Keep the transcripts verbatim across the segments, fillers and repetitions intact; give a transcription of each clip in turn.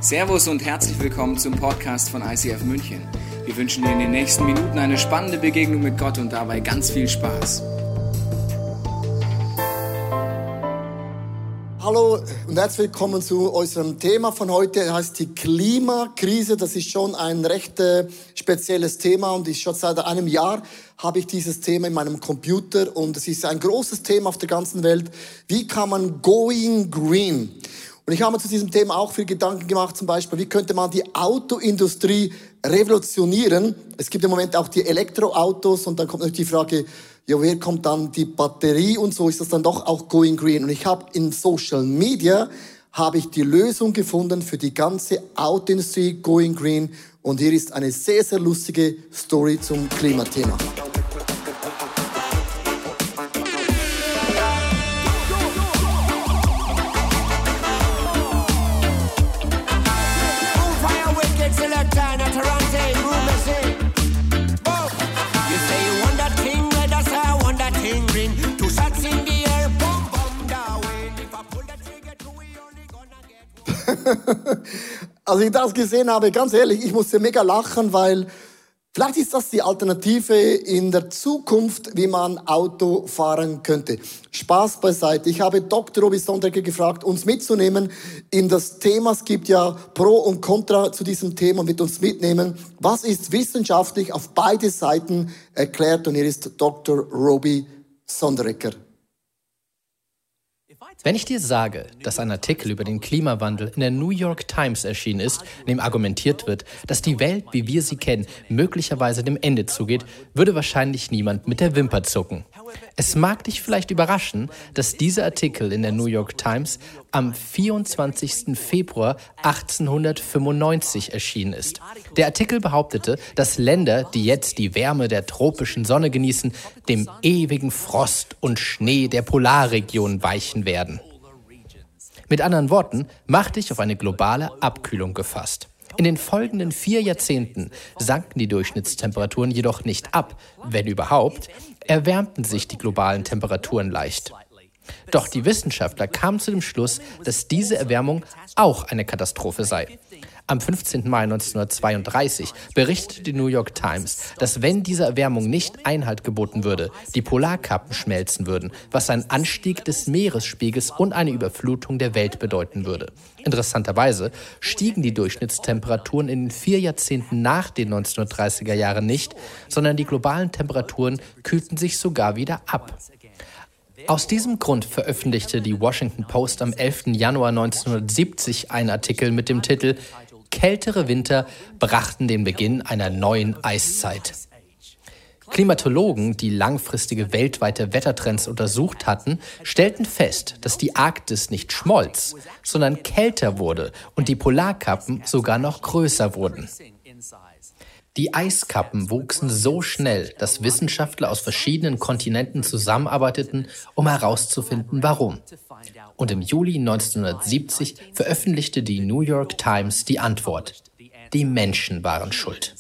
Servus und herzlich willkommen zum Podcast von I C F München. Wir wünschen dir in den nächsten Minuten eine spannende Begegnung mit Gott und dabei ganz viel Spaß. Hallo und herzlich willkommen zu unserem Thema von heute. Das heißt die Klimakrise. Das ist schon ein recht äh, spezielles Thema und ich schon seit einem Jahr habe ich dieses Thema in meinem Computer und es ist ein großes Thema auf der ganzen Welt. Wie kann man going green? Und ich habe mir zu diesem Thema auch viel Gedanken gemacht, zum Beispiel, wie könnte man die Autoindustrie revolutionieren? Es gibt im Moment auch die Elektroautos und dann kommt natürlich die Frage, ja, woher kommt dann die Batterie und so, ist das dann doch auch going green? Und ich habe in Social Media, habe ich die Lösung gefunden für die ganze Autoindustrie going green und hier ist eine sehr, sehr lustige Story zum Klimathema. Als ich das gesehen habe, ganz ehrlich, ich musste mega lachen, weil vielleicht ist das die Alternative in der Zukunft, wie man Auto fahren könnte. Spaß beiseite. Ich habe Doktor Robi Sonderegger gefragt, uns mitzunehmen in das Thema. Es gibt ja Pro und Contra zu diesem Thema, mit uns mitnehmen. Was ist wissenschaftlich auf beide Seiten erklärt? Und hier ist Doktor Robi Sonderegger. Wenn ich dir sage, dass ein Artikel über den Klimawandel in der New York Times erschienen ist, in dem argumentiert wird, dass die Welt, wie wir sie kennen, möglicherweise dem Ende zugeht, würde wahrscheinlich niemand mit der Wimper zucken. Es mag dich vielleicht überraschen, dass dieser Artikel in der New York Times am vierundzwanzigsten Februar achtzehnhundertfünfundneunzig erschienen ist. Der Artikel behauptete, dass Länder, die jetzt die Wärme der tropischen Sonne genießen, dem ewigen Frost und Schnee der Polarregionen weichen werden. Mit anderen Worten, mach dich auf eine globale Abkühlung gefasst. In den folgenden vier Jahrzehnten sanken die Durchschnittstemperaturen jedoch nicht ab, wenn überhaupt, erwärmten sich die globalen Temperaturen leicht. Doch die Wissenschaftler kamen zu dem Schluss, dass diese Erwärmung auch eine Katastrophe sei. Am fünfzehnten Mai neunzehnhundertzweiunddreißig berichtete die New York Times, dass wenn dieser Erwärmung nicht Einhalt geboten würde, die Polarkappen schmelzen würden, was einen Anstieg des Meeresspiegels und eine Überflutung der Welt bedeuten würde. Interessanterweise stiegen die Durchschnittstemperaturen in den vier Jahrzehnten nach den neunzehnhundertdreißiger Jahren nicht, sondern die globalen Temperaturen kühlten sich sogar wieder ab. Aus diesem Grund veröffentlichte die Washington Post am elften Januar neunzehnhundertsiebzig einen Artikel mit dem Titel »Kältere Winter brachten den Beginn einer neuen Eiszeit«. Klimatologen, die langfristige weltweite Wettertrends untersucht hatten, stellten fest, dass die Arktis nicht schmolz, sondern kälter wurde und die Polarkappen sogar noch größer wurden. Die Eiskappen wuchsen so schnell, dass Wissenschaftler aus verschiedenen Kontinenten zusammenarbeiteten, um herauszufinden, warum. Und im Juli neunzehnhundertsiebzig veröffentlichte die New York Times die Antwort: Die Menschen waren schuld.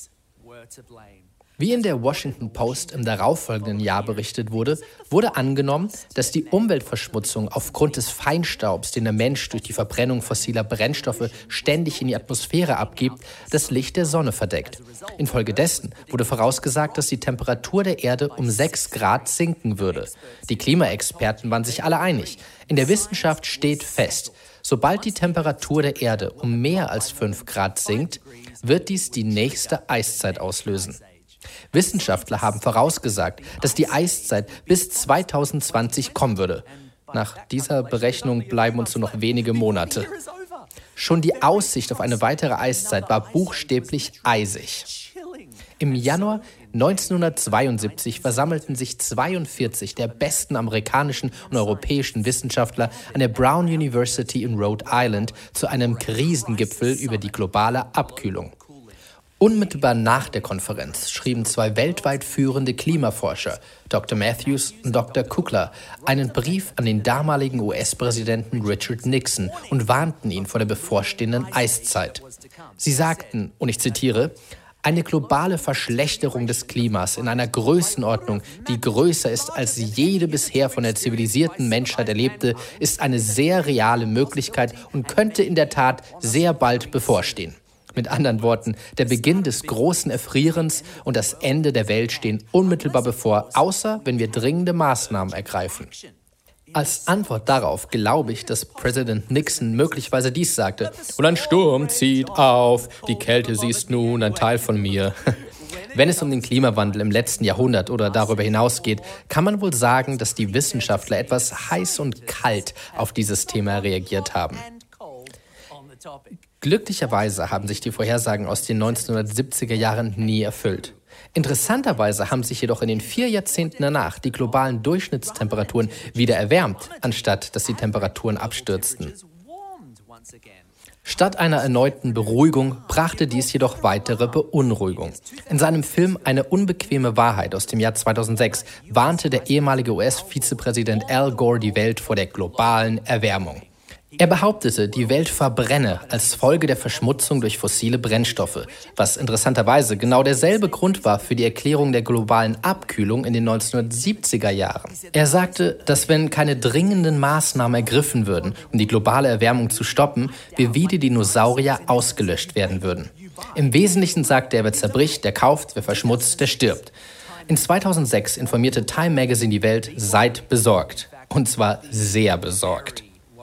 Wie in der Washington Post im darauffolgenden Jahr berichtet wurde, wurde angenommen, dass die Umweltverschmutzung aufgrund des Feinstaubs, den der Mensch durch die Verbrennung fossiler Brennstoffe ständig in die Atmosphäre abgibt, das Licht der Sonne verdeckt. Infolgedessen wurde vorausgesagt, dass die Temperatur der Erde um sechs Grad sinken würde. Die Klimaexperten waren sich alle einig. In der Wissenschaft steht fest, sobald die Temperatur der Erde um mehr als fünf Grad sinkt, wird dies die nächste Eiszeit auslösen. Wissenschaftler haben vorausgesagt, dass die Eiszeit bis zweitausendzwanzig kommen würde. Nach dieser Berechnung bleiben uns nur noch wenige Monate. Schon die Aussicht auf eine weitere Eiszeit war buchstäblich eisig. Im Januar neunzehnhundertzweiundsiebzig versammelten sich zweiundvierzig der besten amerikanischen und europäischen Wissenschaftler an der Brown University in Rhode Island zu einem Krisengipfel über die globale Abkühlung. Unmittelbar nach der Konferenz schrieben zwei weltweit führende Klimaforscher, Doktor Matthews und Doktor Kukla, einen Brief an den damaligen U S-Präsidenten Richard Nixon und warnten ihn vor der bevorstehenden Eiszeit. Sie sagten, und ich zitiere, Eine globale Verschlechterung des Klimas in einer Größenordnung, die größer ist als jede bisher von der zivilisierten Menschheit erlebte, ist eine sehr reale Möglichkeit und könnte in der Tat sehr bald bevorstehen. Mit anderen Worten, der Beginn des großen Erfrierens und das Ende der Welt stehen unmittelbar bevor, außer wenn wir dringende Maßnahmen ergreifen. Als Antwort darauf glaube ich, dass Präsident Nixon möglicherweise dies sagte: Und ein Sturm zieht auf, die Kälte, sie ist nun ein Teil von mir. Wenn es um den Klimawandel im letzten Jahrhundert oder darüber hinaus geht, kann man wohl sagen, dass die Wissenschaftler etwas heiß und kalt auf dieses Thema reagiert haben. Glücklicherweise haben sich die Vorhersagen aus den neunzehnhundertsiebziger Jahren nie erfüllt. Interessanterweise haben sich jedoch in den vier Jahrzehnten danach die globalen Durchschnittstemperaturen wieder erwärmt, anstatt dass die Temperaturen abstürzten. Statt einer erneuten Beruhigung brachte dies jedoch weitere Beunruhigung. In seinem Film Eine unbequeme Wahrheit aus dem Jahr zweitausendsechs warnte der ehemalige U S-Vizepräsident Al Gore die Welt vor der globalen Erwärmung. Er behauptete, die Welt verbrenne als Folge der Verschmutzung durch fossile Brennstoffe, was interessanterweise genau derselbe Grund war für die Erklärung der globalen Abkühlung in den neunzehnhundertsiebziger Jahren. Er sagte, dass wenn keine dringenden Maßnahmen ergriffen würden, um die globale Erwärmung zu stoppen, wir wie die Dinosaurier ausgelöscht werden würden. Im Wesentlichen sagte er, wer zerbricht, der kauft, wer verschmutzt, der stirbt. In zweitausendsechs informierte Time Magazine die Welt: Seid besorgt. Und zwar sehr besorgt.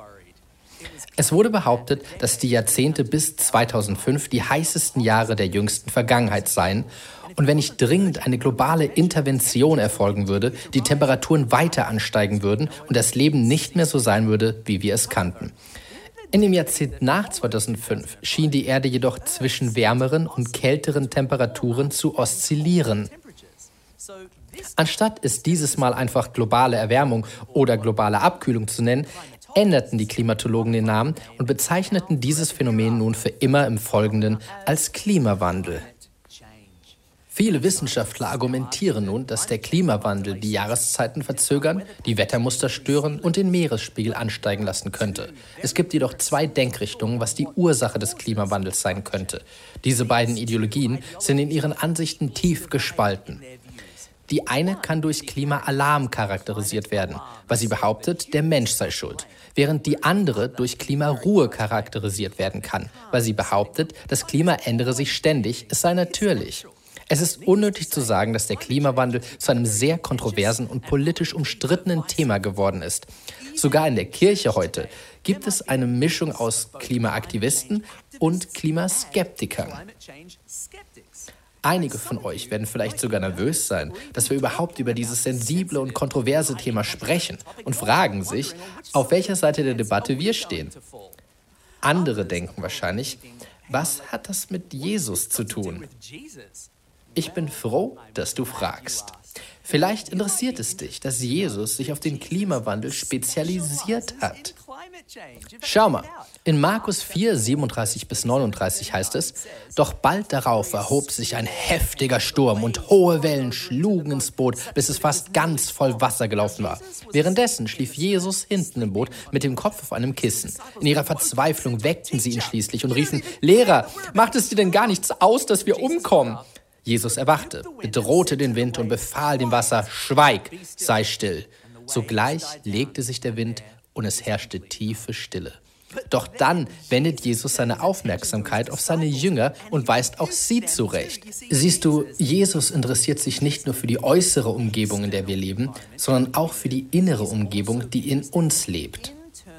Es wurde behauptet, dass die Jahrzehnte bis zweitausendfünf die heißesten Jahre der jüngsten Vergangenheit seien und wenn nicht dringend eine globale Intervention erfolgen würde, die Temperaturen weiter ansteigen würden und das Leben nicht mehr so sein würde, wie wir es kannten. In dem Jahrzehnt nach zweitausendfünf schien die Erde jedoch zwischen wärmeren und kälteren Temperaturen zu oszillieren. Anstatt es dieses Mal einfach globale Erwärmung oder globale Abkühlung zu nennen, änderten die Klimatologen den Namen und bezeichneten dieses Phänomen nun für immer im Folgenden als Klimawandel. Viele Wissenschaftler argumentieren nun, dass der Klimawandel die Jahreszeiten verzögern, die Wettermuster stören und den Meeresspiegel ansteigen lassen könnte. Es gibt jedoch zwei Denkrichtungen, was die Ursache des Klimawandels sein könnte. Diese beiden Ideologien sind in ihren Ansichten tief gespalten. Die eine kann durch Klimaalarm charakterisiert werden, weil sie behauptet, der Mensch sei schuld, während die andere durch Klimaruhe charakterisiert werden kann, weil sie behauptet, das Klima ändere sich ständig, es sei natürlich. Es ist unnötig zu sagen, dass der Klimawandel zu einem sehr kontroversen und politisch umstrittenen Thema geworden ist. Sogar in der Kirche heute gibt es eine Mischung aus Klimaaktivisten und Klimaskeptikern. Einige von euch werden vielleicht sogar nervös sein, dass wir überhaupt über dieses sensible und kontroverse Thema sprechen und fragen sich, auf welcher Seite der Debatte wir stehen. Andere denken wahrscheinlich, was hat das mit Jesus zu tun? Ich bin froh, dass du fragst. Vielleicht interessiert es dich, dass Jesus sich auf den Klimawandel spezialisiert hat. Schau mal, in Markus vier, siebenunddreißig bis neununddreißig heißt es: Doch bald darauf erhob sich ein heftiger Sturm und hohe Wellen schlugen ins Boot, bis es fast ganz voll Wasser gelaufen war. Währenddessen schlief Jesus hinten im Boot mit dem Kopf auf einem Kissen. In ihrer Verzweiflung weckten sie ihn schließlich und riefen: Lehrer, macht es dir denn gar nichts aus, dass wir umkommen? Jesus erwachte, bedrohte den Wind und befahl dem Wasser: Schweig, sei still. Sogleich legte sich der Wind und es herrschte tiefe Stille. Doch dann wendet Jesus seine Aufmerksamkeit auf seine Jünger und weist auch sie zurecht. Siehst du, Jesus interessiert sich nicht nur für die äußere Umgebung, in der wir leben, sondern auch für die innere Umgebung, die in uns lebt.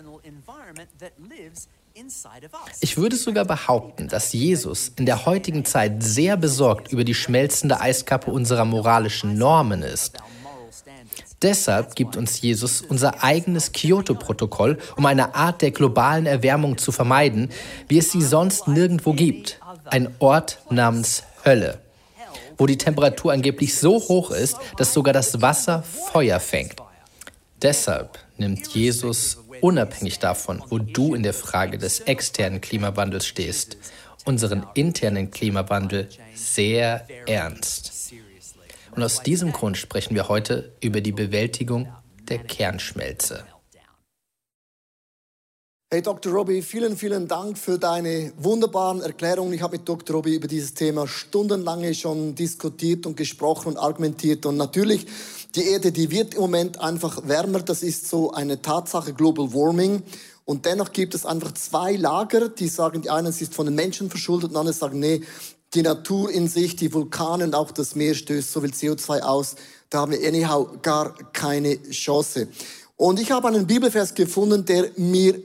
Ich würde sogar behaupten, dass Jesus in der heutigen Zeit sehr besorgt über die schmelzende Eiskappe unserer moralischen Normen ist. Deshalb gibt uns Jesus unser eigenes Kyoto-Protokoll, um eine Art der globalen Erwärmung zu vermeiden, wie es sie sonst nirgendwo gibt. Ein Ort namens Hölle, wo die Temperatur angeblich so hoch ist, dass sogar das Wasser Feuer fängt. Deshalb nimmt Jesus, unabhängig davon, wo du in der Frage des externen Klimawandels stehst, unseren internen Klimawandel sehr ernst. Und aus diesem Grund sprechen wir heute über die Bewältigung der Kernschmelze. Hey Doktor Robby, vielen, vielen Dank für deine wunderbaren Erklärungen. Ich habe mit Doktor Robby über dieses Thema stundenlang schon diskutiert und gesprochen und argumentiert. Und natürlich, die Erde, die wird im Moment einfach wärmer. Das ist so eine Tatsache, Global Warming. Und dennoch gibt es einfach zwei Lager, die sagen, die einen, es ist von den Menschen verschuldet, und die anderen sagen, nee, die Natur in sich, die Vulkane und auch das Meer stößt so viel C O zwei aus. Da haben wir anyhow gar keine Chance. Und ich habe einen Bibelvers gefunden, der mir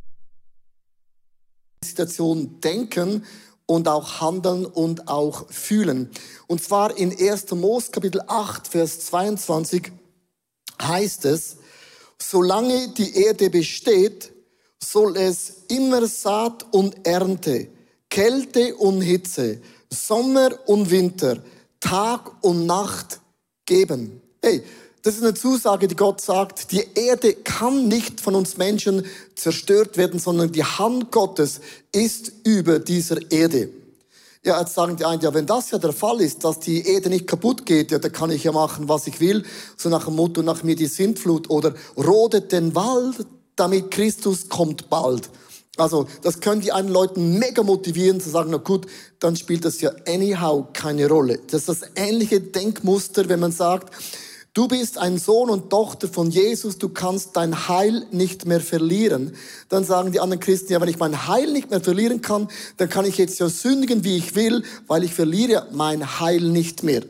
Situation denken und auch handeln und auch fühlen. Und zwar in erster Mose Kapitel acht, Vers zweiundzwanzig heißt es, solange die Erde besteht, soll es immer Saat und Ernte, Kälte und Hitze, Sommer und Winter, Tag und Nacht geben. Hey, das ist eine Zusage, die Gott sagt, die Erde kann nicht von uns Menschen zerstört werden, sondern die Hand Gottes ist über dieser Erde. Ja, jetzt sagen die einen, ja, wenn das ja der Fall ist, dass die Erde nicht kaputt geht, ja, dann kann ich ja machen, was ich will. So nach dem Motto, nach mir die Sintflut oder rodet den Wald, damit Christus kommt bald. Also, das können die einen Leuten mega motivieren, zu sagen, na gut, dann spielt das ja anyhow keine Rolle. Das ist das ähnliche Denkmuster, wenn man sagt, du bist ein Sohn und Tochter von Jesus, du kannst dein Heil nicht mehr verlieren. Dann sagen die anderen Christen, ja, wenn ich mein Heil nicht mehr verlieren kann, dann kann ich jetzt ja sündigen, wie ich will, weil ich verliere mein Heil nicht mehr.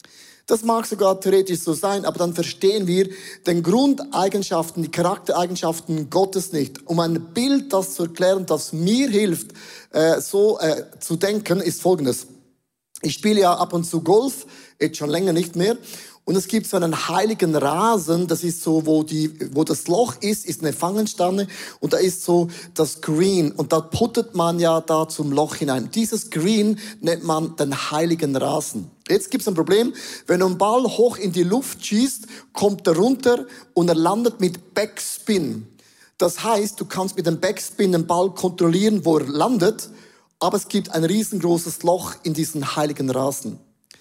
Das mag sogar theoretisch so sein, aber dann verstehen wir den Grundeigenschaften, die Charaktereigenschaften Gottes nicht. Um ein Bild, das zu erklären, das mir hilft, äh, so äh, zu denken, ist Folgendes. Ich spiele ja ab und zu Golf, jetzt schon länger nicht mehr. Und es gibt so einen heiligen Rasen, das ist so, wo die, wo das Loch ist, ist eine Fangenstange und da ist so das Green und da puttet man ja da zum Loch hinein. Dieses Green nennt man den heiligen Rasen. Jetzt gibt's ein Problem, wenn du einen Ball hoch in die Luft schießt, kommt er runter und er landet mit Backspin. Das heißt, du kannst mit dem Backspin den Ball kontrollieren, wo er landet, aber es gibt ein riesengroßes Loch in diesen heiligen Rasen.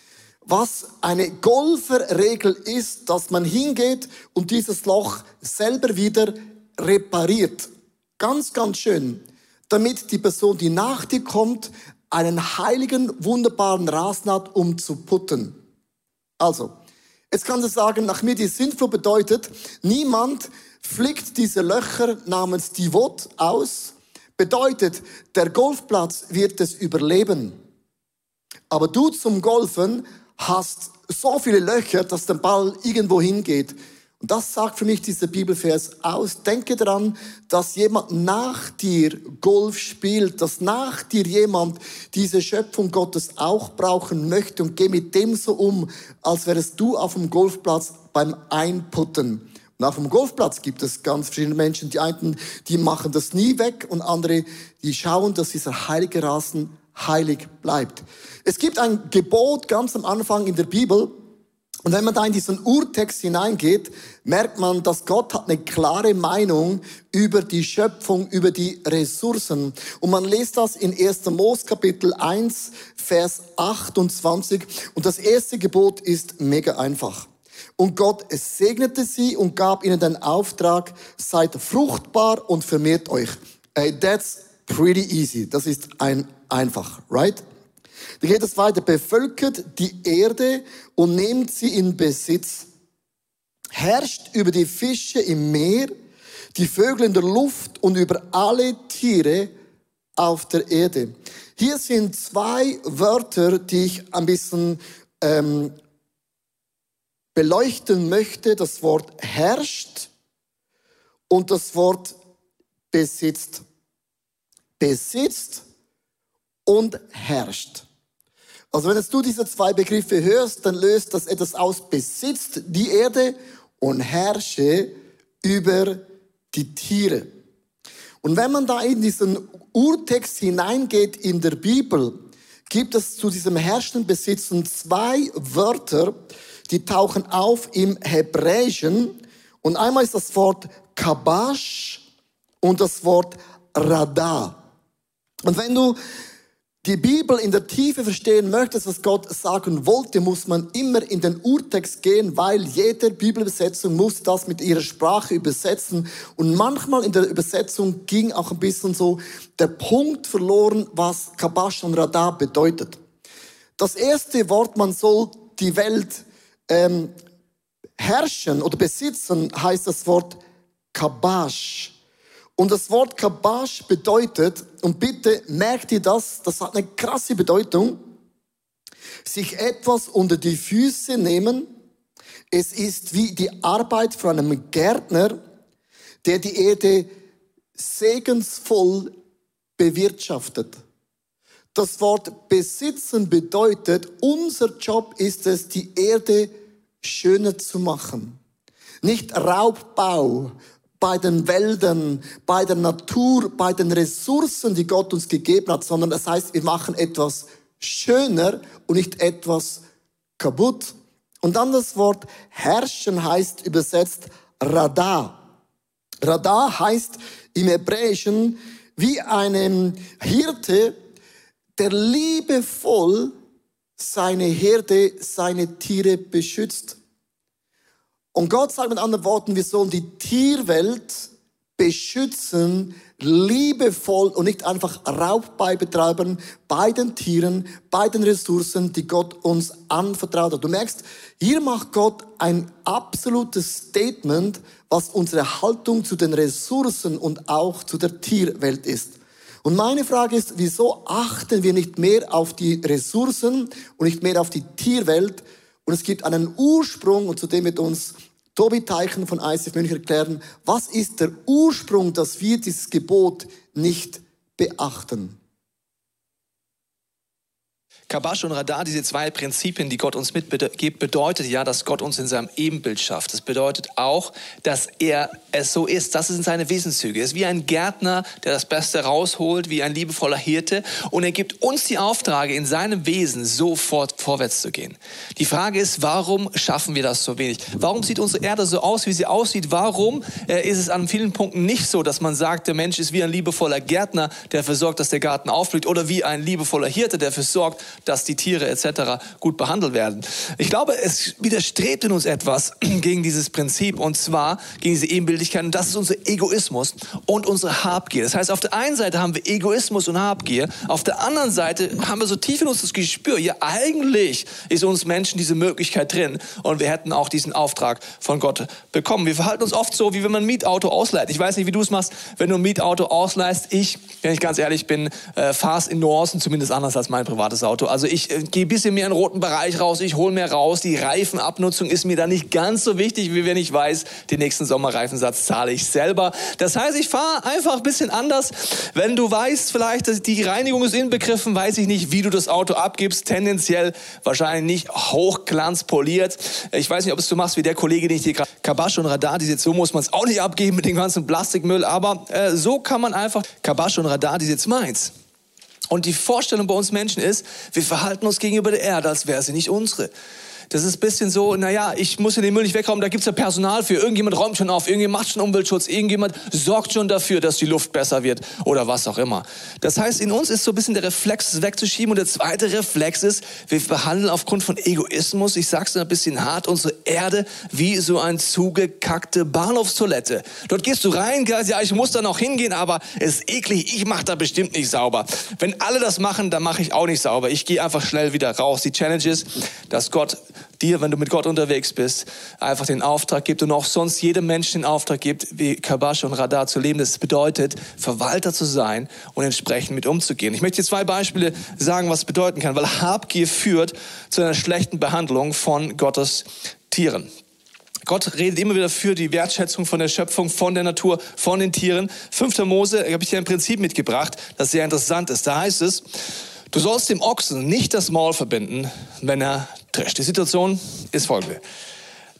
Was eine Golferregel ist, dass man hingeht und dieses Loch selber wieder repariert. Ganz, ganz schön. Damit die Person, die nach dir kommt, einen heiligen, wunderbaren Rasen hat, um zu putten. Also, jetzt kannst du sagen, nach mir die Sintflut bedeutet, niemand flickt diese Löcher namens Divot aus. Bedeutet, der Golfplatz wird es überleben. Aber du zum Golfen hast so viele Löcher, dass der Ball irgendwo hingeht. Und das sagt für mich dieser Bibelvers aus. Denke daran, dass jemand nach dir Golf spielt, dass nach dir jemand diese Schöpfung Gottes auch brauchen möchte und geh mit dem so um, als wärst du auf dem Golfplatz beim Einputten. Und auf dem Golfplatz gibt es ganz verschiedene Menschen. Die einen, die machen das nie weg und andere, die schauen, dass dieser heilige Rasen heilig bleibt. Es gibt ein Gebot ganz am Anfang in der Bibel. Und wenn man da in diesen Urtext hineingeht, merkt man, dass Gott hat eine klare Meinung über die Schöpfung, über die Ressourcen. Und man liest das in erster Mose Kapitel eins, Vers achtundzwanzig. Und das erste Gebot ist mega einfach. Und Gott segnete sie und gab ihnen den Auftrag, seid fruchtbar und vermehrt euch. Hey, that's pretty easy. Das ist ein einfach, right? Dann geht es weiter. Bevölkert die Erde und nehmt sie in Besitz. Herrscht über die Fische im Meer, die Vögel in der Luft und über alle Tiere auf der Erde. Hier sind zwei Wörter, die ich ein bisschen ähm, beleuchten möchte. Das Wort herrscht und das Wort besitzt. Besitzt und herrscht. Also wenn jetzt du diese zwei Begriffe hörst, dann löst das etwas aus. Besitzt die Erde und herrsche über die Tiere. Und wenn man da in diesen Urtext hineingeht in der Bibel, gibt es zu diesem herrschenden Besitzen zwei Wörter, die tauchen auf im Hebräischen. Und einmal ist das Wort Kabash und das Wort Radar. Und wenn du die Bibel in der Tiefe verstehen möchtest, was Gott sagen wollte, muss man immer in den Urtext gehen, weil jede Bibelübersetzung muss das mit ihrer Sprache übersetzen. Und manchmal in der Übersetzung ging auch ein bisschen so der Punkt verloren, was Kabash und Radah bedeutet. Das erste Wort, man soll die Welt ähm, herrschen oder besitzen, heißt das Wort Kabash. Und das Wort Kabash bedeutet, und bitte merkt ihr das, das hat eine krasse Bedeutung, sich etwas unter die Füße nehmen. Es ist wie die Arbeit von einem Gärtner, der die Erde segensvoll bewirtschaftet. Das Wort besitzen bedeutet, unser Job ist es, die Erde schöner zu machen. Nicht Raubbau bei den Wäldern, bei der Natur, bei den Ressourcen, die Gott uns gegeben hat, sondern das heißt, wir machen etwas schöner und nicht etwas kaputt. Und dann das Wort herrschen heißt übersetzt Radah. Radah heißt im Hebräischen wie ein Hirte, der liebevoll seine Herde, seine Tiere beschützt. Und Gott sagt mit anderen Worten, wir sollen die Tierwelt beschützen, liebevoll und nicht einfach Raubbau betreiben bei den Tieren, bei den Ressourcen, die Gott uns anvertraut hat. Du merkst, hier macht Gott ein absolutes Statement, was unsere Haltung zu den Ressourcen und auch zu der Tierwelt ist. Und meine Frage ist, wieso achten wir nicht mehr auf die Ressourcen und nicht mehr auf die Tierwelt? Und es gibt einen Ursprung, und zu dem wird uns Tobi Teichen von I C F München erklären, was ist der Ursprung, dass wir dieses Gebot nicht beachten? Kabash und Radah, diese zwei Prinzipien, die Gott uns mitgibt, bedeutet ja, dass Gott uns in seinem Ebenbild schafft. Das bedeutet auch, dass er es so ist. Das sind seine Wesenszüge. Er ist wie ein Gärtner, der das Beste rausholt, wie ein liebevoller Hirte. Und er gibt uns die Auftrage, in seinem Wesen sofort vorwärts zu gehen. Die Frage ist, warum schaffen wir das so wenig? Warum sieht unsere Erde so aus, wie sie aussieht? Warum äh, ist es an vielen Punkten nicht so, dass man sagt, der Mensch ist wie ein liebevoller Gärtner, der dafür sorgt, dass der Garten aufblüht, oder wie ein liebevoller Hirte, der dafür sorgt, dass die Tiere et cetera gut behandelt werden. Ich glaube, es widerstrebt in uns etwas gegen dieses Prinzip, und zwar gegen diese Ebenbildlichkeit, und das ist unser Egoismus und unsere Habgier. Das heißt, auf der einen Seite haben wir Egoismus und Habgier, auf der anderen Seite haben wir so tief in uns das Gespür, ja, eigentlich ist uns Menschen diese Möglichkeit drin und wir hätten auch diesen Auftrag von Gott bekommen. Wir verhalten uns oft so, wie wenn man ein Mietauto ausleiht. Ich weiß nicht, wie du es machst, wenn du ein Mietauto ausleihst. Ich, wenn ich ganz ehrlich bin, äh, fahre es in Nuancen zumindest anders als mein privates Auto. Also ich äh, gehe ein bisschen mehr in den roten Bereich raus, ich hole mehr raus. Die Reifenabnutzung ist mir da nicht ganz so wichtig, wie wenn ich weiß, den nächsten Sommerreifensatz zahle ich selber. Das heißt, ich fahre einfach ein bisschen anders. Wenn du weißt, vielleicht, dass die Reinigung ist inbegriffen, weiß ich nicht, wie du das Auto abgibst. Tendenziell wahrscheinlich nicht hochglanzpoliert. Ich weiß nicht, ob es du machst wie der Kollege, den ich dir gerade... Kabash und Radah, die jetzt so muss man es auch nicht abgeben mit dem ganzen Plastikmüll, aber äh, so kann man einfach... Kabash und Radah, die jetzt meins. Und die Vorstellung bei uns Menschen ist, wir verhalten uns gegenüber der Erde, als wäre sie nicht unsere. Das ist ein bisschen so, naja, ich muss ja den Müll nicht wegräumen, da gibt's ja Personal für. Irgendjemand räumt schon auf, irgendjemand macht schon Umweltschutz, irgendjemand sorgt schon dafür, dass die Luft besser wird oder was auch immer. Das heißt, in uns ist so ein bisschen der Reflex, es wegzuschieben. Und der zweite Reflex ist, wir behandeln aufgrund von Egoismus, ich sag's ein bisschen hart, unsere Erde wie so ein zugekackte Bahnhofstoilette. Dort gehst du rein, ja, ich muss da noch hingehen, aber es ist eklig, ich mach da bestimmt nicht sauber. Wenn alle das machen, dann mache ich auch nicht sauber. Ich gehe einfach schnell wieder raus. Die Challenge ist, dass Gott dir, wenn du mit Gott unterwegs bist, einfach den Auftrag gibt und auch sonst jedem Menschen den Auftrag gibt, wie Kabash und Radah zu leben. Das bedeutet, Verwalter zu sein und entsprechend mit umzugehen. Ich möchte dir zwei Beispiele sagen, was es bedeuten kann, weil Habgier führt zu einer schlechten Behandlung von Gottes Tieren. Gott redet immer wieder für die Wertschätzung von der Schöpfung, von der Natur, von den Tieren. fünfter Mose, habe ich dir ein Prinzip mitgebracht, das sehr interessant ist. Da heißt es, du sollst dem Ochsen nicht das Maul verbinden, wenn er drescht. Die Situation ist folgende.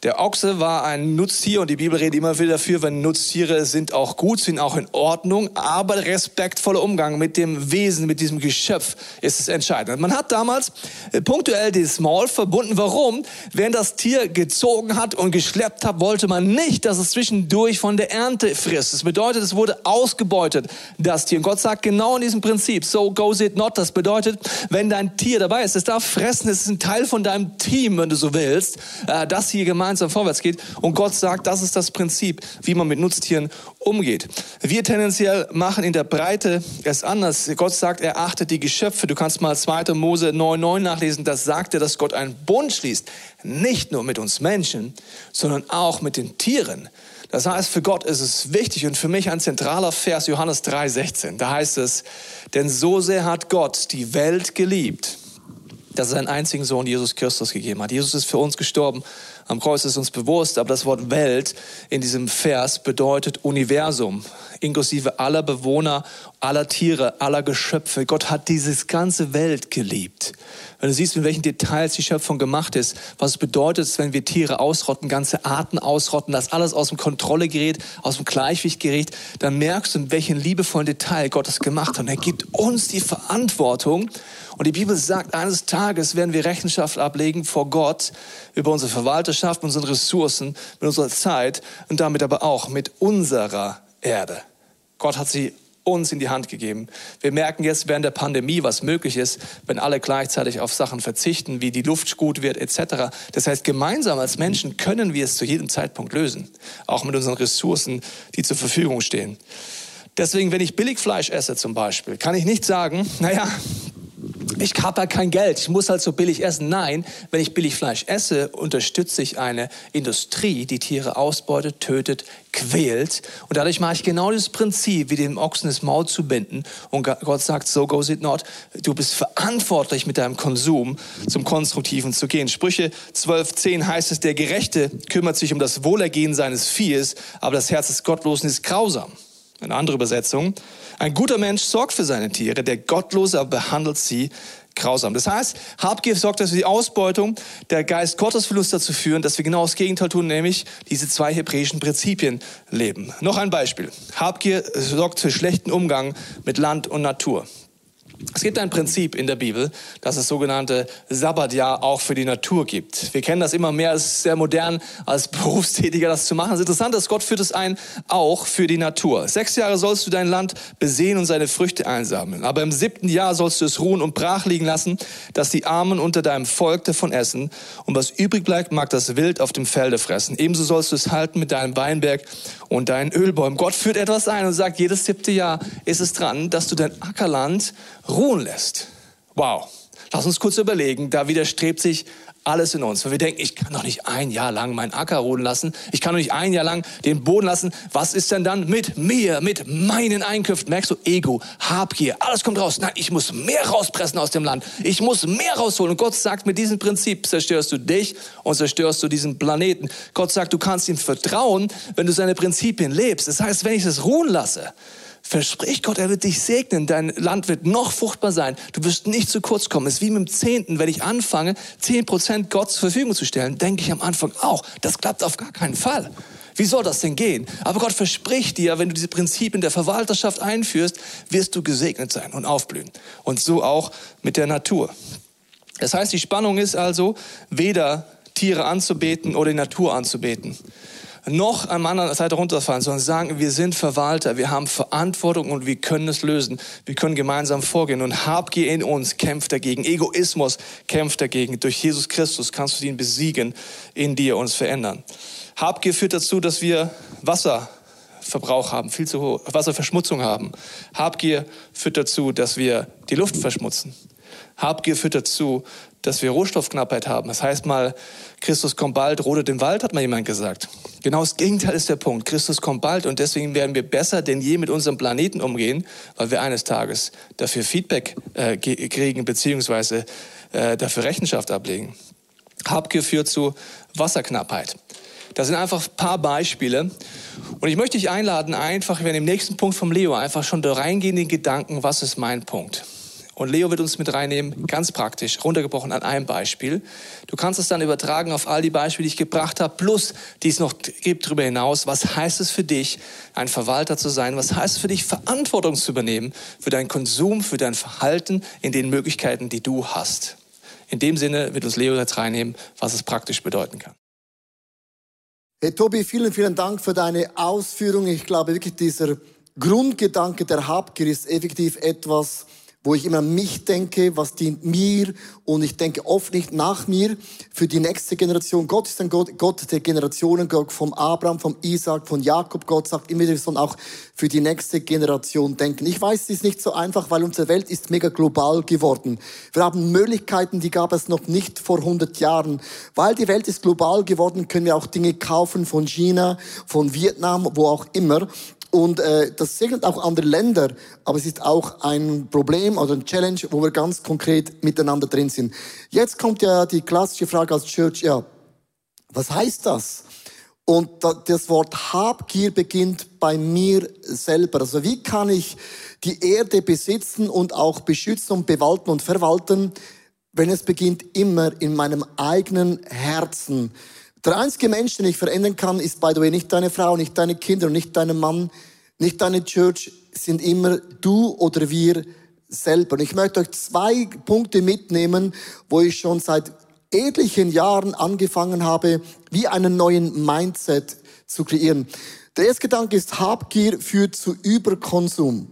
Der Ochse war ein Nutztier und die Bibel redet immer wieder dafür, wenn Nutztiere sind auch gut, sind auch in Ordnung, aber der respektvolle Umgang mit dem Wesen, mit diesem Geschöpf ist es entscheidend. Man hat damals punktuell das Maul verbunden. Warum? Wenn das Tier gezogen hat und geschleppt hat, wollte man nicht, dass es zwischendurch von der Ernte frisst. Das bedeutet, es wurde ausgebeutet, das Tier. Und Gott sagt genau in diesem Prinzip, so goes it not. Das bedeutet, wenn dein Tier dabei ist, es darf fressen, es ist ein Teil von deinem Team, wenn du so willst, das hier gemeinsam vorwärts geht. Und Gott sagt, das ist das Prinzip, wie man mit Nutztieren umgeht. Wir tendenziell machen in der Breite es anders. Gott sagt, er achtet die Geschöpfe. Du kannst mal zweiter Mose neun neun nachlesen. Das sagt er, dass Gott einen Bund schließt. Nicht nur mit uns Menschen, sondern auch mit den Tieren. Das heißt, für Gott ist es wichtig und für mich ein zentraler Vers, Johannes drei sechzehn. Da heißt es, denn so sehr hat Gott die Welt geliebt, dass er seinen einzigen Sohn Jesus Christus gegeben hat. Jesus ist für uns gestorben. Am Kreuz ist uns bewusst, aber das Wort Welt in diesem Vers bedeutet Universum, inklusive aller Bewohner, aller Tiere, aller Geschöpfe. Gott hat dieses ganze Welt geliebt. Wenn du siehst, in welchen Details die Schöpfung gemacht ist, was es bedeutet, wenn wir Tiere ausrotten, ganze Arten ausrotten, dass alles aus dem Kontrolle gerät, aus dem Gleichgewicht gerät, dann merkst du, in welchen liebevollen Detail Gott das gemacht hat. Und er gibt uns die Verantwortung. Und die Bibel sagt, eines Tages werden wir Rechenschaft ablegen vor Gott über unsere Verwalterschaft, mit unseren Ressourcen, mit unserer Zeit und damit aber auch mit unserer Erde. Gott hat sie uns in die Hand gegeben. Wir merken jetzt während der Pandemie, was möglich ist, wenn alle gleichzeitig auf Sachen verzichten, wie die Luft gut wird et cetera. Das heißt, gemeinsam als Menschen können wir es zu jedem Zeitpunkt lösen, auch mit unseren Ressourcen, die zur Verfügung stehen. Deswegen, wenn ich Billigfleisch esse zum Beispiel, kann ich nicht sagen, naja, ich habe halt kein Geld, ich muss halt so billig essen. Nein, wenn ich billig Fleisch esse, unterstütze ich eine Industrie, die Tiere ausbeutet, tötet, quält. Und dadurch mache ich genau dieses Prinzip, wie dem Ochsen das Maul zu binden. Und Gott sagt, so goes it not. Du bist verantwortlich mit deinem Konsum zum Konstruktiven zu gehen. Sprüche zwölf zehn heißt es, der Gerechte kümmert sich um das Wohlergehen seines Viehes, aber das Herz des Gottlosen ist grausam. Eine andere Übersetzung. Ein guter Mensch sorgt für seine Tiere, der Gottlose aber behandelt sie grausam. Das heißt, Habgier sorgt für die Ausbeutung. Der Geist Gottes will uns dazu führen, dass wir genau das Gegenteil tun, nämlich diese zwei hebräischen Prinzipien leben. Noch ein Beispiel. Habgier sorgt für schlechten Umgang mit Land und Natur. Es gibt ein Prinzip in der Bibel, dass es sogenannte Sabbatjahr auch für die Natur gibt. Wir kennen das immer mehr, es ist sehr modern, als Berufstätiger das zu machen. Es ist interessant, dass Gott führt es ein, auch für die Natur. Sechs Jahre sollst du dein Land besehen und seine Früchte einsammeln. Aber im siebten Jahr sollst du es ruhen und brach liegen lassen, dass die Armen unter deinem Volk davon essen. Und was übrig bleibt, mag das Wild auf dem Felde fressen. Ebenso sollst du es halten mit deinem Weinberg und deinen Ölbäumen. Gott führt etwas ein und sagt, jedes siebte Jahr ist es dran, dass du dein Ackerland ruhen lässt. Wow. Lass uns kurz überlegen, da widerstrebt sich alles in uns. Weil wir denken, ich kann doch nicht ein Jahr lang meinen Acker ruhen lassen. Ich kann doch nicht ein Jahr lang den Boden lassen. Was ist denn dann mit mir, mit meinen Einkünften? Merkst du, Ego, Habgier, alles kommt raus. Nein, ich muss mehr rauspressen aus dem Land. Ich muss mehr rausholen. Und Gott sagt, mit diesem Prinzip zerstörst du dich und zerstörst du diesen Planeten. Gott sagt, du kannst ihm vertrauen, wenn du seine Prinzipien lebst. Das heißt, wenn ich es ruhen lasse, verspricht Gott, er wird dich segnen. Dein Land wird noch fruchtbar sein. Du wirst nicht zu kurz kommen. Es ist wie mit dem Zehnten. Wenn ich anfange, zehn Prozent Gott zur Verfügung zu stellen, denke ich am Anfang auch, das klappt auf gar keinen Fall. Wie soll das denn gehen? Aber Gott verspricht dir, wenn du diese Prinzipien der Verwalterschaft einführst, wirst du gesegnet sein und aufblühen. Und so auch mit der Natur. Das heißt, die Spannung ist also, weder Tiere anzubeten oder die Natur anzubeten, noch am anderen Seite runterfallen, sondern sagen, wir sind Verwalter, wir haben Verantwortung und wir können es lösen. Wir können gemeinsam vorgehen und Habgier in uns kämpft dagegen. Egoismus kämpft dagegen. Durch Jesus Christus kannst du ihn besiegen, in dir uns verändern. Habgier führt dazu, dass wir Wasserverbrauch haben, viel zu hohe Wasserverschmutzung haben. Habgier führt dazu, dass wir die Luft verschmutzen. Habgier führt dazu, dass wir Rohstoffknappheit haben. Das heißt mal, Christus kommt bald, rodet den Wald, hat mal jemand gesagt. Genau das Gegenteil ist der Punkt. Christus kommt bald und deswegen werden wir besser denn je mit unserem Planeten umgehen, weil wir eines Tages dafür Feedback äh, kriegen beziehungsweise äh, dafür Rechenschaft ablegen. Habgier führt zu Wasserknappheit. Das sind einfach ein paar Beispiele. Und ich möchte dich einladen, einfach, wenn im nächsten Punkt vom Leo einfach schon da reingehen in den Gedanken, was ist mein Punkt? Und Leo wird uns mit reinnehmen, ganz praktisch, runtergebrochen an einem Beispiel. Du kannst es dann übertragen auf all die Beispiele, die ich gebracht habe, plus die es noch gibt darüber hinaus. Was heißt es für dich, ein Verwalter zu sein? Was heißt es für dich, Verantwortung zu übernehmen für deinen Konsum, für dein Verhalten in den Möglichkeiten, die du hast? In dem Sinne wird uns Leo jetzt reinnehmen, was es praktisch bedeuten kann. Hey Tobi, vielen, vielen Dank für deine Ausführung. Ich glaube wirklich, dieser Grundgedanke der Habgier ist effektiv etwas, wo ich immer an mich denke, was dient mir, und ich denke oft nicht nach mir für die nächste Generation. Gott ist ein Gott, Gott der Generationen, Gott vom Abraham, vom Isaac, von Jakob. Gott sagt immer, wir sollen auch für die nächste Generation denken. Ich weiß, es ist nicht so einfach, weil unsere Welt ist mega global geworden. Wir haben Möglichkeiten, die gab es noch nicht vor hundert Jahren. Weil die Welt ist global geworden, können wir auch Dinge kaufen von China, von Vietnam, wo auch immer. Und äh, das segnet auch andere Länder, aber es ist auch ein Problem oder ein Challenge, wo wir ganz konkret miteinander drin sind. Jetzt kommt ja die klassische Frage als Church, ja, was heißt das? Und das Wort Habgier beginnt bei mir selber. Also wie kann ich die Erde besitzen und auch beschützen und bewalten und verwalten, wenn es beginnt immer in meinem eigenen Herzen? Der einzige Mensch, den ich verändern kann, ist, by the way, nicht deine Frau, nicht deine Kinder und nicht dein Mann, nicht deine Church, sind immer du oder wir selber. Und ich möchte euch zwei Punkte mitnehmen, wo ich schon seit etlichen Jahren angefangen habe, wie einen neuen Mindset zu kreieren. Der erste Gedanke ist, Habgier führt zu Überkonsum.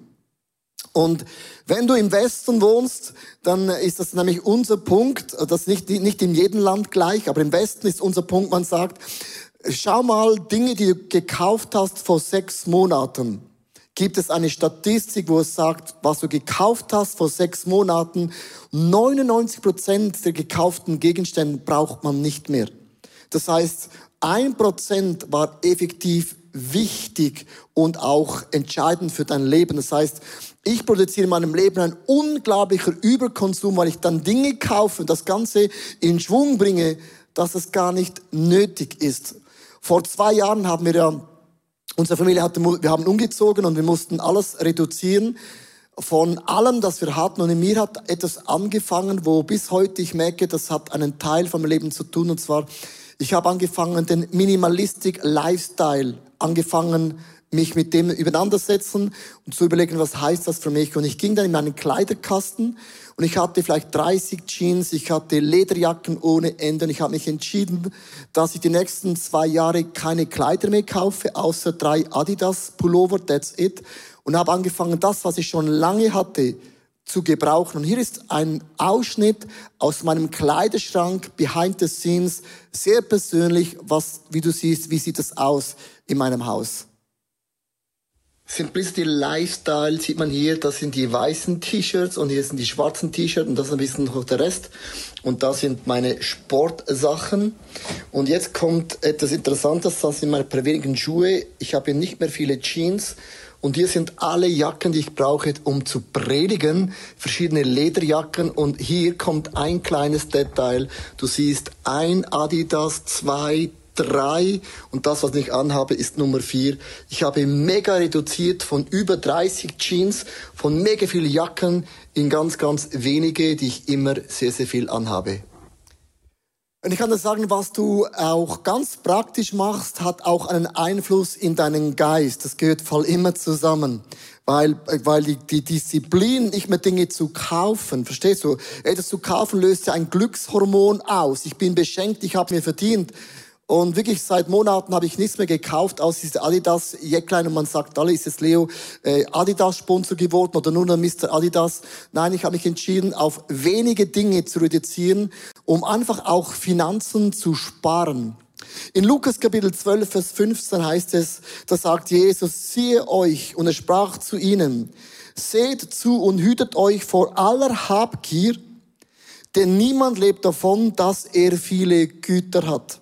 Und wenn du im Westen wohnst, dann ist das nämlich unser Punkt, das ist nicht, nicht in jedem Land gleich, aber im Westen ist unser Punkt, man sagt, schau mal, Dinge, die du gekauft hast vor sechs Monaten. Gibt es eine Statistik, wo es sagt, was du gekauft hast vor sechs Monaten, neunundneunzig Prozent der gekauften Gegenstände braucht man nicht mehr. Das heißt, ein Prozent war effektiv wichtig und auch entscheidend für dein Leben. Das heißt, ich produziere in meinem Leben einen unglaublichen Überkonsum, weil ich dann Dinge kaufe und das Ganze in Schwung bringe, dass es gar nicht nötig ist. Vor zwei Jahren haben wir ja, unsere Familie hatte, wir haben umgezogen und wir mussten alles reduzieren von allem, das wir hatten. Und in mir hat etwas angefangen, wo bis heute ich merke, das hat einen Teil von meinem Leben zu tun. Und zwar, ich habe angefangen, den Minimalistic Lifestyle, angefangen, mich mit dem übereinandersetzen und zu überlegen, was heißt das für mich. Und ich ging dann in meinen Kleiderkasten und ich hatte vielleicht dreißig Jeans, ich hatte Lederjacken ohne Ende und ich habe mich entschieden, dass ich die nächsten zwei Jahre keine Kleider mehr kaufe, außer drei Adidas Pullover, that's it. Und habe angefangen, das, was ich schon lange hatte, zu gebrauchen. Und hier ist ein Ausschnitt aus meinem Kleiderschrank, behind the scenes, sehr persönlich, was, wie du siehst, wie sieht es aus in meinem Haus. Simplicity Lifestyle sieht man hier, das sind die weißen T-Shirts und hier sind die schwarzen T-Shirts und das ist ein bisschen noch der Rest. Und das sind meine Sportsachen. Und jetzt kommt etwas Interessantes, das sind meine paar wenigen Schuhe. Ich habe hier nicht mehr viele Jeans. Und hier sind alle Jacken, die ich brauche, um zu predigen. Verschiedene Lederjacken. Und hier kommt ein kleines Detail. Du siehst ein Adidas, zwei, drei. Und das, was ich anhabe, ist Nummer vier. Ich habe mega reduziert von über dreißig Jeans, von mega vielen Jacken in ganz, ganz wenige, die ich immer sehr, sehr viel anhabe. Und ich kann dir sagen, was du auch ganz praktisch machst, hat auch einen Einfluss in deinen Geist. Das gehört voll immer zusammen. Weil, weil die, die Disziplin, nicht mehr Dinge zu kaufen, verstehst du? Etwas zu kaufen löst ja ein Glückshormon aus. Ich bin beschenkt, ich habe mir verdient. Und wirklich seit Monaten habe ich nichts mehr gekauft, außer diese Adidas-Jäcklein. Und man sagt, alle, ist jetzt Leo äh, Adidas-Sponsor geworden oder nur noch Mister Adidas? Nein, ich habe mich entschieden, auf wenige Dinge zu reduzieren, um einfach auch Finanzen zu sparen. In Lukas Kapitel zwölf, Vers fünfzehn heißt es, da sagt Jesus, siehe euch, und er sprach zu ihnen, seht zu und hütet euch vor aller Habgier, denn niemand lebt davon, dass er viele Güter hat.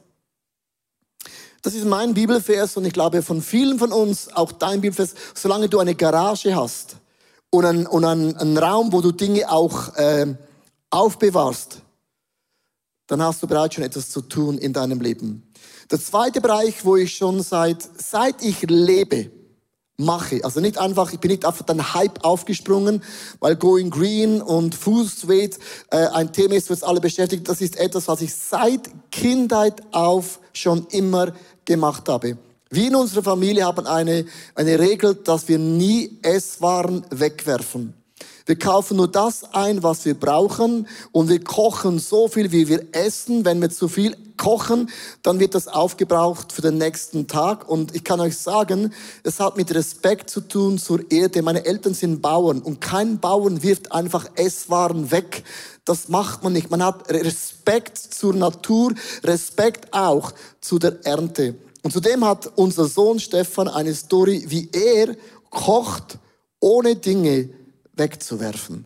Das ist mein Bibelvers und ich glaube von vielen von uns, auch dein Bibelvers, solange du eine Garage hast und einen, und einen, einen Raum, wo du Dinge auch äh, aufbewahrst, dann hast du bereits schon etwas zu tun in deinem Leben. Der zweite Bereich, wo ich schon seit, seit ich lebe, mache. Also nicht einfach, ich bin nicht einfach den Hype aufgesprungen, weil Going Green und Food Weight äh, ein Thema ist, was alle beschäftigt. Das ist etwas, was ich seit Kindheit auf schon immer gemacht habe. Wir in unserer Familie haben eine, eine Regel, dass wir nie Esswaren wegwerfen. Wir kaufen nur das ein, was wir brauchen, und wir kochen so viel, wie wir essen. Wenn wir zu viel kochen, dann wird das aufgebraucht für den nächsten Tag. Und ich kann euch sagen, es hat mit Respekt zu tun zur Erde. Meine Eltern sind Bauern, und kein Bauern wirft einfach Esswaren weg. Das macht man nicht. Man hat Respekt zur Natur, Respekt auch zu der Ernte. Und zudem hat unser Sohn Stefan eine Story, wie er kocht, ohne Dinge wegzuwerfen.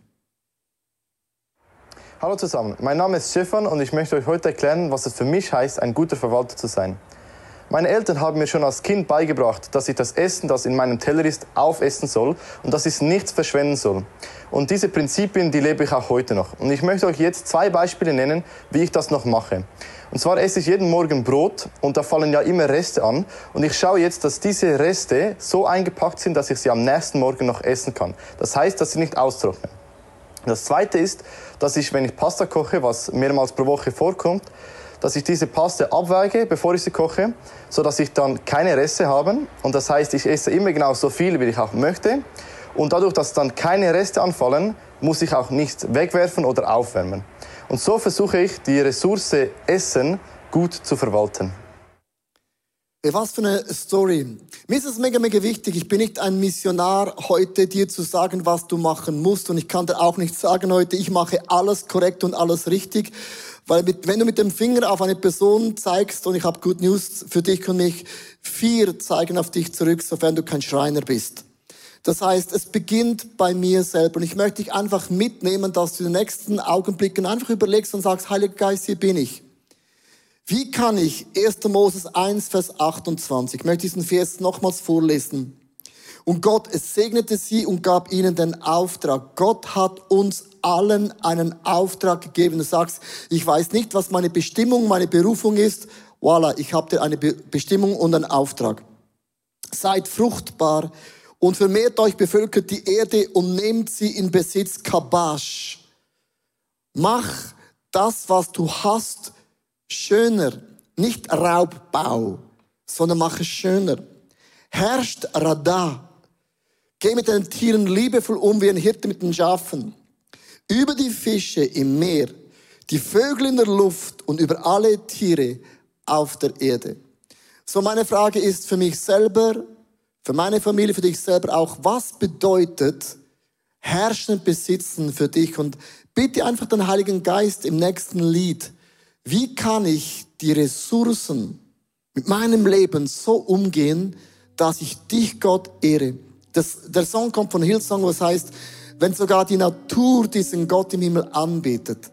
Hallo zusammen, mein Name ist Stefan und ich möchte euch heute erklären, was es für mich heißt, ein guter Verwalter zu sein. Meine Eltern haben mir schon als Kind beigebracht, dass ich das Essen, das in meinem Teller ist, aufessen soll und dass ich nichts verschwenden soll. Und diese Prinzipien, die lebe ich auch heute noch. Und ich möchte euch jetzt zwei Beispiele nennen, wie ich das noch mache. Und zwar esse ich jeden Morgen Brot und da fallen ja immer Reste an. Und ich schaue jetzt, dass diese Reste so eingepackt sind, dass ich sie am nächsten Morgen noch essen kann. Das heißt, dass sie nicht austrocknen. Das Zweite ist, dass ich, wenn ich Pasta koche, was mehrmals pro Woche vorkommt, dass ich diese Paste abwäge, bevor ich sie koche, sodass ich dann keine Reste habe. Und das heißt, ich esse immer genau so viel, wie ich auch möchte. Und dadurch, dass dann keine Reste anfallen, muss ich auch nichts wegwerfen oder aufwärmen. Und so versuche ich, die Ressource Essen gut zu verwalten. Was für eine Story. Mir ist es mega, mega wichtig. Ich bin nicht ein Missionar heute, dir zu sagen, was du machen musst. Und ich kann dir auch nicht sagen heute, ich mache alles korrekt und alles richtig. Weil mit, wenn du mit dem Finger auf eine Person zeigst, und ich habe Good News für dich und mich, vier zeigen auf dich zurück, sofern du kein Schreiner bist. Das heißt, es beginnt bei mir selber. Und ich möchte dich einfach mitnehmen, dass du in den nächsten Augenblicken einfach überlegst und sagst, Heiliger Geist, hier bin ich. Wie kann ich erster Moses eins, Vers achtundzwanzig, ich möchte diesen Vers nochmals vorlesen. Und Gott, es segnete sie und gab ihnen den Auftrag. Gott hat uns allen einen Auftrag gegeben. Du sagst, ich weiß nicht, was meine Bestimmung, meine Berufung ist. Voilà, ich habe dir eine Be- Bestimmung und einen Auftrag. Seid fruchtbar und vermehrt euch, bevölkert die Erde und nehmt sie in Besitz. Kabash. Mach das, was du hast, schöner. Nicht Raubbau, sondern mach es schöner. Herrscht Radah. Geh mit den Tieren liebevoll um wie ein Hirte mit den Schafen. Über die Fische im Meer, die Vögel in der Luft und über alle Tiere auf der Erde. So, meine Frage ist für mich selber, für meine Familie, für dich selber auch, was bedeutet Herrschen und Besitzen für dich? Und bitte einfach den Heiligen Geist im nächsten Lied. Wie kann ich die Ressourcen mit meinem Leben so umgehen, dass ich dich, Gott, ehre? Das, der Song kommt von Hillsong, was heißt, wenn sogar die Natur diesen Gott im Himmel anbetet.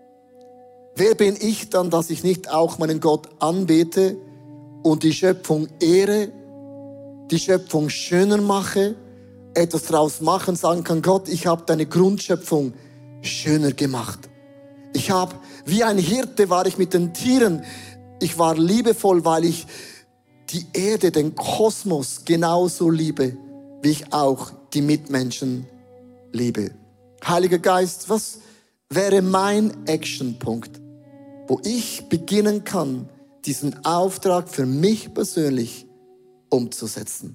Wer bin ich dann, dass ich nicht auch meinen Gott anbete und die Schöpfung ehre, die Schöpfung schöner mache, etwas draus machen, sagen kann, Gott, ich habe deine Grundschöpfung schöner gemacht. Ich habe, wie ein Hirte war ich mit den Tieren. Ich war liebevoll, weil ich die Erde, den Kosmos genauso liebe, wie ich auch die Mitmenschen liebe. Heiliger Geist, was wäre mein Actionpunkt, wo ich beginnen kann, diesen Auftrag für mich persönlich umzusetzen?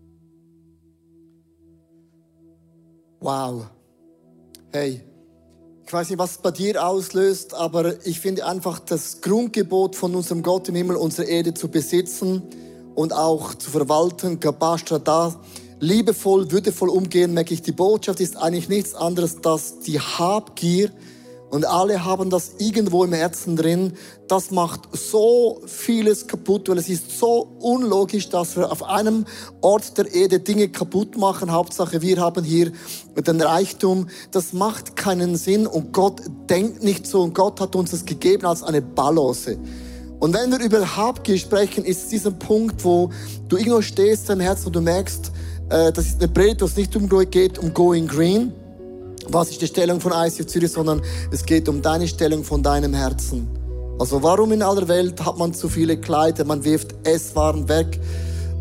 Wow. Hey, ich weiß nicht, was es bei dir auslöst, aber ich finde einfach das Grundgebot von unserem Gott im Himmel, unsere Erde zu besitzen und auch zu verwalten, Kabashtrada, liebevoll, würdevoll umgehen, merke ich, die Botschaft ist eigentlich nichts anderes, dass die Habgier, und alle haben das irgendwo im Herzen drin, das macht so vieles kaputt, weil es ist so unlogisch, dass wir auf einem Ort der Erde Dinge kaputt machen. Hauptsache, wir haben hier den Reichtum. Das macht keinen Sinn und Gott denkt nicht so und Gott hat uns das gegeben als eine Balance. Und wenn wir über Habgier sprechen, ist es dieser Punkt, wo du irgendwo stehst im Herzen und du merkst, äh, das ist eine Predigt, wo es nicht um geht, um Going Green. Was ist die Stellung von I C F Zürich, sondern es geht um deine Stellung von deinem Herzen. Also warum in aller Welt hat man zu viele Kleider, man wirft Esswaren weg,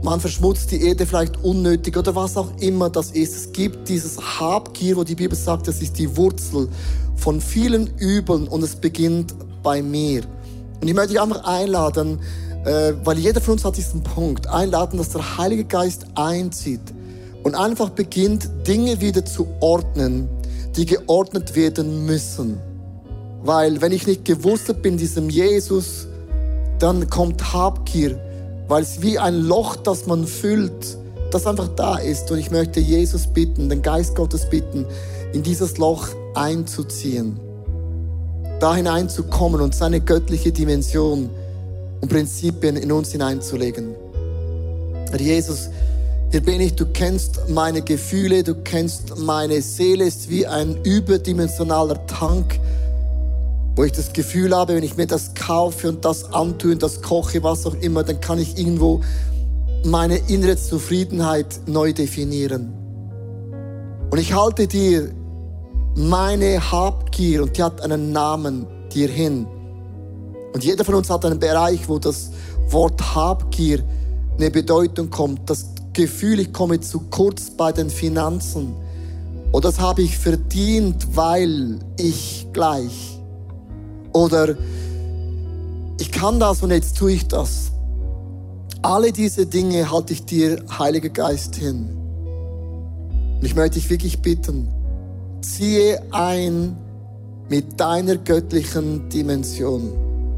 man verschmutzt die Erde vielleicht unnötig oder was auch immer das ist. Es gibt dieses Habgier, wo die Bibel sagt, das ist die Wurzel von vielen Übeln und es beginnt bei mir. Und ich möchte dich einfach einladen, äh, weil jeder von uns hat diesen Punkt, einladen, dass der Heilige Geist einzieht und einfach beginnt, Dinge wieder zu ordnen, die geordnet werden müssen. Weil wenn ich nicht gewurzelt bin, diesem Jesus, dann kommt Habgier, weil es wie ein Loch, das man füllt, das einfach da ist. Und ich möchte Jesus bitten, den Geist Gottes bitten, in dieses Loch einzuziehen, da hineinzukommen und seine göttliche Dimension und Prinzipien in uns hineinzulegen. Herr Jesus, hier bin ich, du kennst meine Gefühle, du kennst meine Seele, ist wie ein überdimensionaler Tank, wo ich das Gefühl habe, wenn ich mir das kaufe und das antue und das koche, was auch immer, dann kann ich irgendwo meine innere Zufriedenheit neu definieren. Und ich halte dir meine Habgier, und die hat einen Namen, dir hin. Und jeder von uns hat einen Bereich, wo das Wort Habgier eine Bedeutung kommt. Das Gefühl, ich komme zu kurz bei den Finanzen. Oder das habe ich verdient, weil ich gleich. Oder ich kann das und jetzt tue ich das. Alle diese Dinge halte ich dir, Heiliger Geist, hin. Und ich möchte dich wirklich bitten, ziehe ein mit deiner göttlichen Dimension.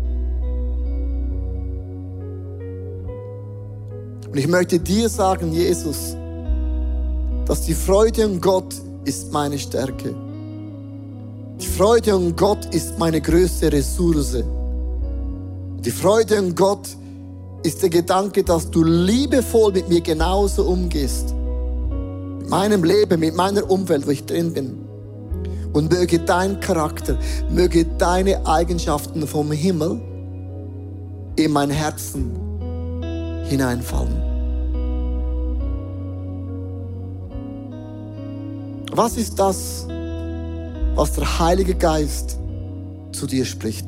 Und ich möchte dir sagen, Jesus, dass die Freude an Gott ist meine Stärke. Die Freude an Gott ist meine größte Ressource. Die Freude an Gott ist der Gedanke, dass du liebevoll mit mir genauso umgehst. Mit meinem Leben, mit meiner Umwelt, wo ich drin bin. Und möge dein Charakter, möge deine Eigenschaften vom Himmel in mein Herzen hineinfallen. Was ist das, was der Heilige Geist zu dir spricht?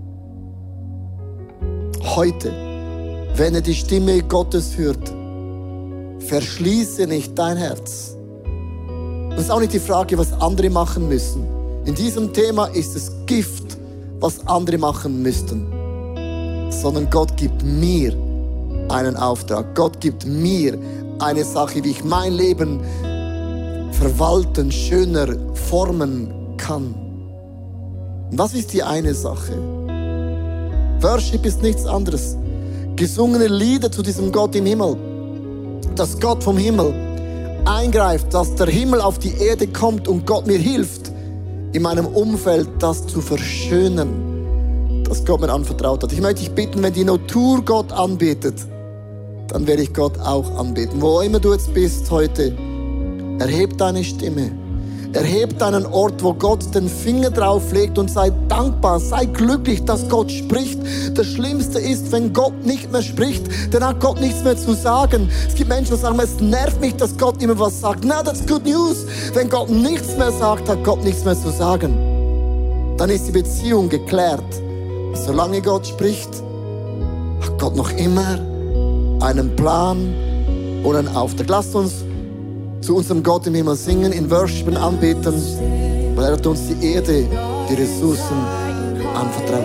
Heute, wenn er die Stimme Gottes hört, verschließe nicht dein Herz. Das ist auch nicht die Frage, was andere machen müssen. In diesem Thema ist es Gift, was andere machen müssten. Sondern Gott gibt mir einen Auftrag. Gott gibt mir eine Sache, wie ich mein Leben verwalten, schöner formen kann. Und das ist die eine Sache. Worship ist nichts anderes. Gesungene Lieder zu diesem Gott im Himmel. Dass Gott vom Himmel eingreift, dass der Himmel auf die Erde kommt und Gott mir hilft, in meinem Umfeld das zu verschönen, das Gott mir anvertraut hat. Ich möchte dich bitten, wenn die Natur Gott anbetet, dann werde ich Gott auch anbeten. Wo immer du jetzt bist heute, erheb deine Stimme. Erheb deinen Ort, wo Gott den Finger drauf legt und sei dankbar, sei glücklich, dass Gott spricht. Das Schlimmste ist, wenn Gott nicht mehr spricht, dann hat Gott nichts mehr zu sagen. Es gibt Menschen, die sagen, es nervt mich, dass Gott immer was sagt. Na, that's good news. Wenn Gott nichts mehr sagt, hat Gott nichts mehr zu sagen. Dann ist die Beziehung geklärt. Solange Gott spricht, hat Gott noch immer einen Plan und einen Auftrag. Lasst uns zu unserem Gott im Himmel singen, in Worship und anbeten, weil er hat uns die Erde, die Ressourcen anvertraut.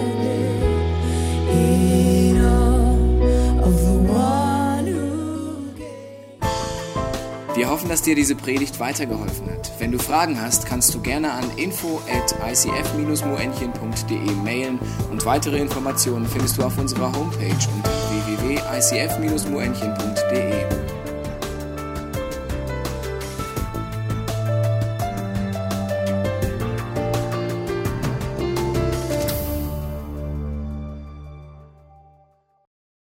Wir hoffen, dass dir diese Predigt weitergeholfen hat. Wenn du Fragen hast, kannst du gerne an info at i c f dash moenchen punkt d e mailen und weitere Informationen findest du auf unserer Homepage unter w w w punkt i c f dash moenchen punkt d e.